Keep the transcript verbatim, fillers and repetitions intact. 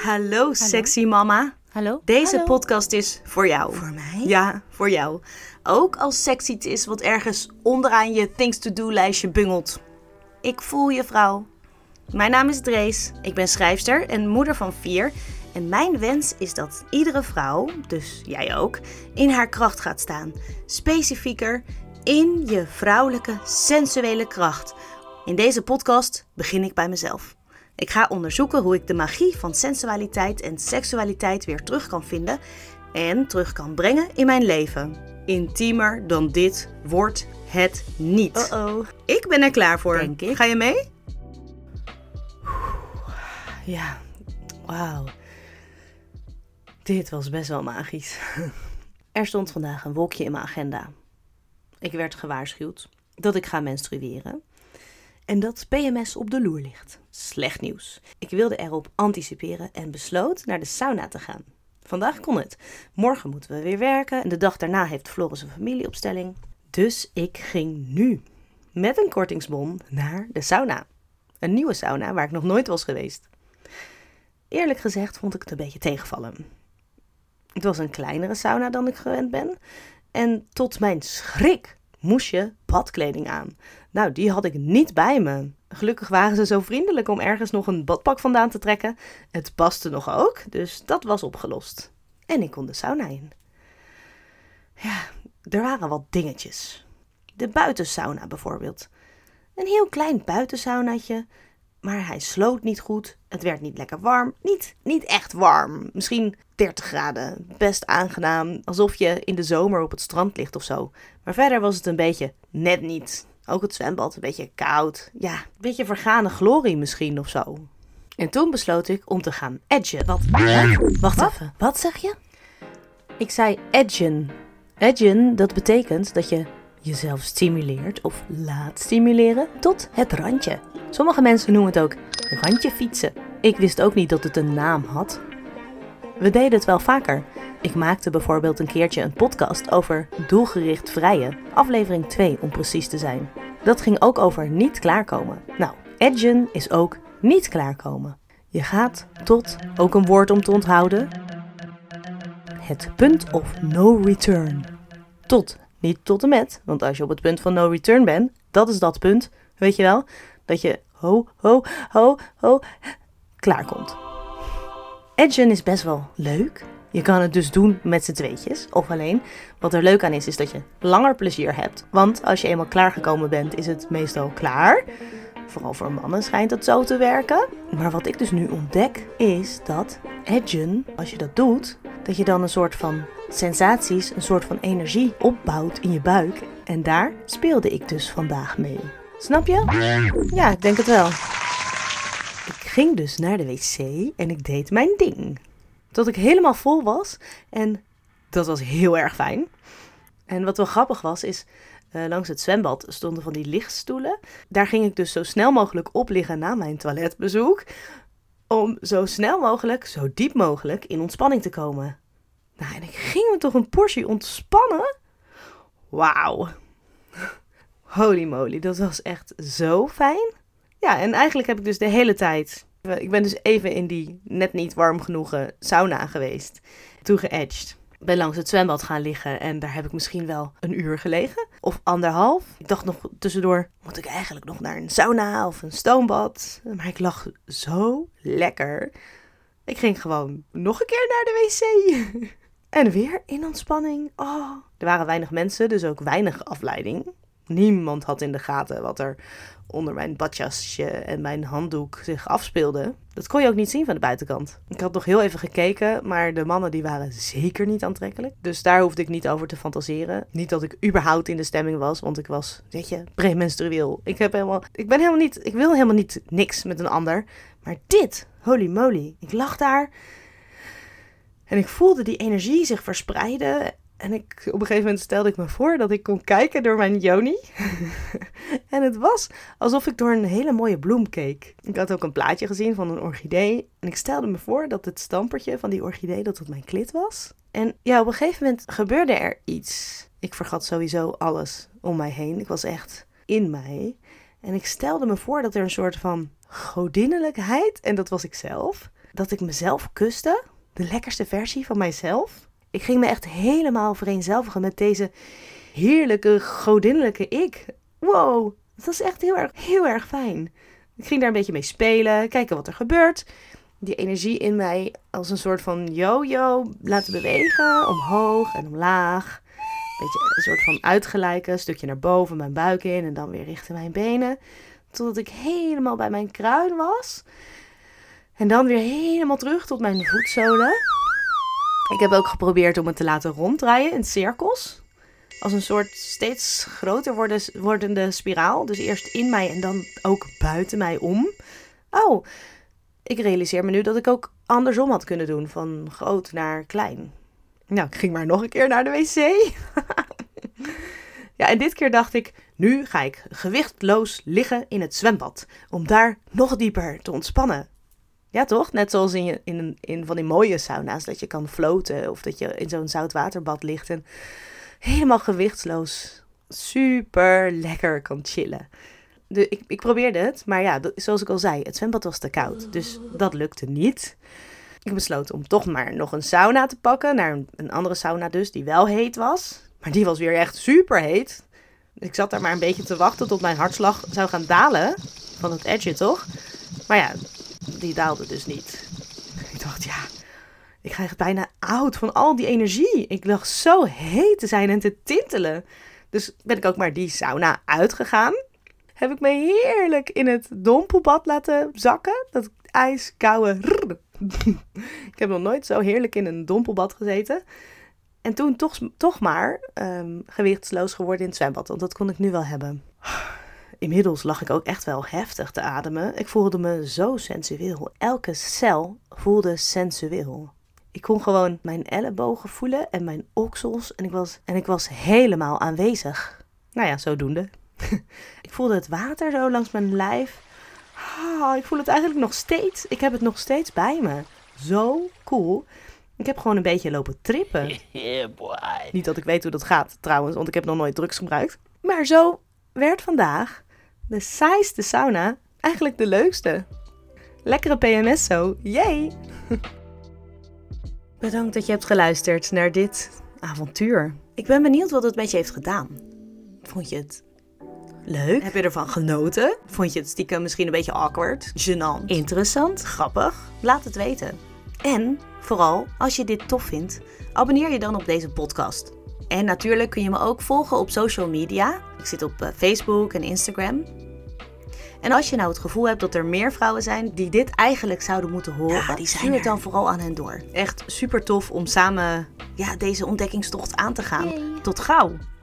Hallo, sexy mama. Hallo? Deze Hallo. podcast is voor jou. Voor mij? Ja, voor jou. Ook als seks iets is wat ergens onderaan je things to do lijstje bungelt. Ik voel je, vrouw. Mijn naam is Drees. Ik ben schrijfster en moeder van vier. En mijn wens is dat iedere vrouw, dus jij ook, in haar kracht gaat staan. Specifieker in je vrouwelijke, sensuele kracht. In deze podcast begin ik bij mezelf. Ik ga onderzoeken hoe ik de magie van sensualiteit en seksualiteit weer terug kan vinden en terug kan brengen in mijn leven. Intiemer dan dit wordt het niet. Uh-oh. Ik ben er klaar voor. Denk ik. Ga je mee? Ja, wauw. Dit was best wel magisch. Er stond vandaag een wolkje in mijn agenda. Ik werd gewaarschuwd dat ik ga menstrueren. En dat P M S op de loer ligt. Slecht nieuws. Ik wilde erop anticiperen en besloot naar de sauna te gaan. Vandaag kon het. Morgen moeten we weer werken en de dag daarna heeft Floris een familieopstelling. Dus ik ging nu met een kortingsbon naar de sauna. Een nieuwe sauna waar ik nog nooit was geweest. Eerlijk gezegd vond ik het een beetje tegenvallen. Het was een kleinere sauna dan ik gewend ben. En tot mijn schrik moest je badkleding aan. Nou, die had ik niet bij me. Gelukkig waren ze zo vriendelijk om ergens nog een badpak vandaan te trekken. Het paste nog ook, dus dat was opgelost. En ik kon de sauna in. Ja, er waren wat dingetjes. De buitensauna bijvoorbeeld. Een heel klein buitensaunaatje, maar hij sloot niet goed. Het werd niet lekker warm. Niet, niet echt warm. Misschien dertig graden. Best aangenaam. Alsof je in de zomer op het strand ligt of zo. Maar verder was het een beetje net niet. Ook het zwembad een beetje koud. Ja, een beetje vergane glorie misschien of zo. En toen besloot ik om te gaan edgen. Wat? Huh? Wacht Wat? even. Wat zeg je? Ik zei edgen. Edgen, dat betekent dat je jezelf stimuleert of laat stimuleren tot het randje. Sommige mensen noemen het ook randje fietsen. Ik wist ook niet dat het een naam had. We deden het wel vaker. Ik maakte bijvoorbeeld een keertje een podcast over doelgericht vrijen. Aflevering twee om precies te zijn. Dat ging ook over niet klaarkomen. Nou, edgen is ook niet klaarkomen. Je gaat tot, ook een woord om te onthouden, het punt of no return. Tot, niet tot en met, want als je op het punt van no return bent, dat is dat punt, weet je wel, dat je ho, ho, ho, ho, klaarkomt. Edgen is best wel leuk. Je kan het dus doen met z'n tweetjes of alleen. Wat er leuk aan is, is dat je langer plezier hebt. Want als je eenmaal klaargekomen bent, is het meestal klaar. Vooral voor mannen schijnt het zo te werken. Maar wat ik dus nu ontdek, is dat edgen, als je dat doet, dat je dan een soort van sensaties, een soort van energie opbouwt in je buik. En daar speelde ik dus vandaag mee. Snap je? Ja, ik denk het wel. Ik ging dus naar de wc en ik deed mijn ding. Tot ik helemaal vol was en dat was heel erg fijn. En wat wel grappig was is, uh, langs het zwembad stonden van die lichtstoelen. Daar ging ik dus zo snel mogelijk op liggen na mijn toiletbezoek. Om zo snel mogelijk, zo diep mogelijk in ontspanning te komen. Nou, en ik ging me toch een portie ontspannen. Wauw. Holy moly, dat was echt zo fijn. Ja, en eigenlijk heb ik dus de hele tijd... Ik ben dus even in die net niet warm genoegen sauna geweest. Toen geëdged. Ik ben langs het zwembad gaan liggen en daar heb ik misschien wel een uur gelegen. Of anderhalf. Ik dacht nog tussendoor, moet ik eigenlijk nog naar een sauna of een stoombad? Maar ik lag zo lekker. Ik ging gewoon nog een keer naar de wc. En weer in ontspanning. Oh. Er waren weinig mensen, dus ook weinig afleiding. Niemand had in de gaten wat er onder mijn badjasje en mijn handdoek zich afspeelde. Dat kon je ook niet zien van de buitenkant. Ik had nog heel even gekeken, maar de mannen die waren zeker niet aantrekkelijk. Dus daar hoefde ik niet over te fantaseren. Niet dat ik überhaupt in de stemming was, want ik was, weet je, premenstrueel. Ik heb helemaal, ik ben helemaal niet, ik wil helemaal niet niks met een ander. Maar dit, holy moly, ik lag daar en ik voelde die energie zich verspreiden. En ik, op een gegeven moment stelde ik me voor dat ik kon kijken door mijn yoni. En het was alsof ik door een hele mooie bloem keek. Ik had ook een plaatje gezien van een orchidee. En ik stelde me voor dat het stampertje van die orchidee dat het mijn klit was. En ja, op een gegeven moment gebeurde er iets. Ik vergat sowieso alles om mij heen. Ik was echt in mij. En ik stelde me voor dat er een soort van godinnelijkheid, en dat was ik zelf, dat ik mezelf kuste. De lekkerste versie van mijzelf. Ik ging me echt helemaal vereenzelvigen met deze heerlijke, godinnelijke ik. Wow, dat was echt heel erg, heel erg fijn. Ik ging daar een beetje mee spelen, kijken wat er gebeurt. Die energie in mij als een soort van yo-yo laten bewegen. Omhoog en omlaag. Een beetje een soort van uitgelijken. Een stukje naar boven, mijn buik in en dan weer richting mijn benen. Totdat ik helemaal bij mijn kruin was. En dan weer helemaal terug tot mijn voetzolen. Ik heb ook geprobeerd om het te laten ronddraaien in cirkels. Als een soort steeds groter wordende spiraal. Dus eerst in mij en dan ook buiten mij om. Oh, ik realiseer me nu dat ik ook andersom had kunnen doen. Van groot naar klein. Nou, ik ging maar nog een keer naar de wc. Ja, en dit keer dacht ik, nu ga ik gewichtloos liggen in het zwembad. Om daar nog dieper te ontspannen. Ja, toch? Net zoals in, je, in, een, in van die mooie sauna's. Dat je kan floten of dat je in zo'n zoutwaterbad ligt. En helemaal gewichtsloos super lekker kan chillen. De, ik, ik probeerde het, maar ja, dat, zoals ik al zei, het zwembad was te koud. Dus dat lukte niet. Ik besloot om toch maar nog een sauna te pakken. Naar een, een andere sauna dus, die wel heet was. Maar die was weer echt super heet. Ik zat daar maar een beetje te wachten tot mijn hartslag zou gaan dalen. Van het edge, toch? Maar ja, die daalde dus niet. Ik dacht, ja, ik krijg het bijna oud van al die energie. Ik lag zo heet te zijn en te tintelen. Dus ben ik ook maar die sauna uitgegaan. Heb ik me heerlijk in het dompelbad laten zakken. Dat ijskoude. Ik heb nog nooit zo heerlijk in een dompelbad gezeten. En toen toch, toch maar um, gewichtsloos geworden in het zwembad. Want dat kon ik nu wel hebben. Inmiddels lag ik ook echt wel heftig te ademen. Ik voelde me zo sensueel. Elke cel voelde sensueel. Ik kon gewoon mijn ellebogen voelen en mijn oksels. En ik was, en ik was helemaal aanwezig. Nou ja, zodoende. Ik voelde het water zo langs mijn lijf. Oh, ik voel het eigenlijk nog steeds. Ik heb het nog steeds bij me. Zo cool. Ik heb gewoon een beetje lopen trippen. Yeah, boy. Niet dat ik weet hoe dat gaat trouwens, want ik heb nog nooit drugs gebruikt. Maar zo werd vandaag de saaiste sauna eigenlijk de leukste. Lekkere P M S zo. Yay! Bedankt dat je hebt geluisterd naar dit avontuur. Ik ben benieuwd wat het met je heeft gedaan. Vond je het leuk? Heb je ervan genoten? Vond je het stiekem misschien een beetje awkward? Gênant? Interessant? Grappig? Laat het weten. En vooral, als je dit tof vindt, abonneer je dan op deze podcast. En natuurlijk kun je me ook volgen op social media. Ik zit op uh, Facebook en Instagram. En als je nou het gevoel hebt dat er meer vrouwen zijn die dit eigenlijk zouden moeten horen, ja, die zijn stuur het dan vooral aan hen door. Echt super tof om samen ja, deze ontdekkingstocht aan te gaan. Yay. Tot gauw!